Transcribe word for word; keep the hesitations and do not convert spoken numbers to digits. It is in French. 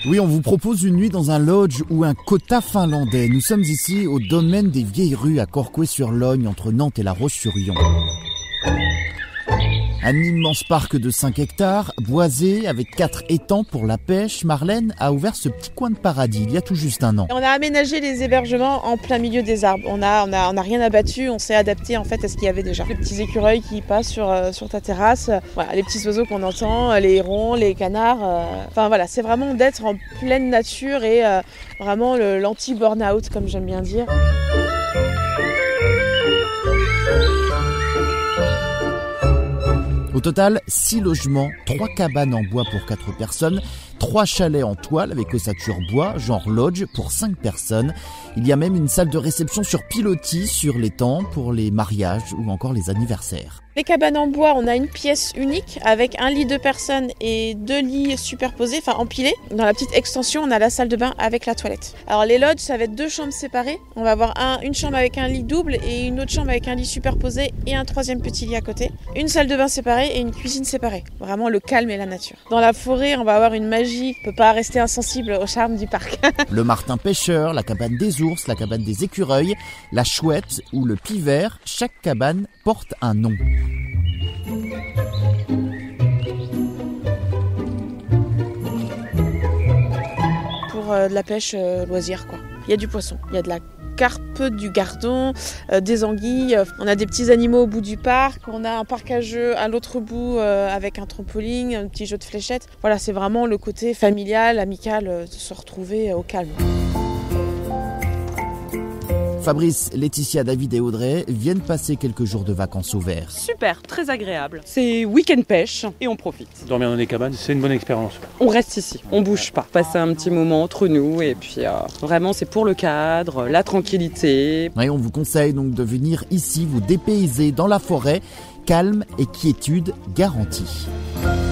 Oui, on vous propose une nuit dans un lodge ou un quota finlandais. Nous sommes ici au domaine des Vieilles Rues à Corcouët-sur-Logne, entre Nantes et La Roche-sur-Yon. Un immense parc de cinq hectares, boisé, avec quatre étangs pour la pêche. Marlène a ouvert ce petit coin de paradis il y a tout juste un an. On a aménagé les hébergements en plein milieu des arbres. On a, on a, on a rien abattu, on s'est adapté en fait à ce qu'il y avait déjà. Les petits écureuils qui passent sur, euh, sur ta terrasse, voilà, les petits oiseaux qu'on entend, les hérons, les canards. Euh... Enfin voilà, c'est vraiment d'être en pleine nature et euh, vraiment le, l'anti-burn-out, comme j'aime bien dire. Au total, six logements, trois cabanes en bois pour quatre personnes, trois chalets en toile avec ossature bois, genre lodge, pour cinq personnes. Il y a même une salle de réception sur pilotis sur l'étang pour les mariages ou encore les anniversaires. Les cabanes en bois, on a une pièce unique avec un lit de personnes et deux lits superposés, enfin empilés. Dans la petite extension, on a la salle de bain avec la toilette. Alors les lodges, ça va être deux chambres séparées. On va avoir un, une chambre avec un lit double et une autre chambre avec un lit superposé et un troisième petit lit à côté. Une salle de bain séparée et une cuisine séparée. Vraiment le calme et la nature. Dans la forêt, on va avoir une magie. On ne peut pas rester insensible au charme du parc. Le martin pêcheur, la cabane des ours, la cabane des écureuils, la chouette ou le pivert, chaque cabane porte un nom. Pour euh, de la pêche euh, loisir quoi. Il y a du poisson, il y a de la carpe, du gardon, euh, des anguilles. On a des petits animaux au bout du parc. On a un parc à jeux à l'autre bout euh, avec un trampoline, un petit jeu de fléchettes. Voilà, c'est vraiment le côté familial, amical, euh, de se retrouver euh, au calme. Fabrice, Laetitia, David et Audrey viennent passer quelques jours de vacances au vert. Super, très agréable. C'est week-end pêche et on profite. Dormir dans des cabanes, c'est une bonne expérience. On reste ici, on bouge pas. Passer un petit moment entre nous et puis euh, vraiment c'est pour le cadre, la tranquillité. Et on vous conseille donc de venir ici vous dépayser dans la forêt, calme et quiétude garantie.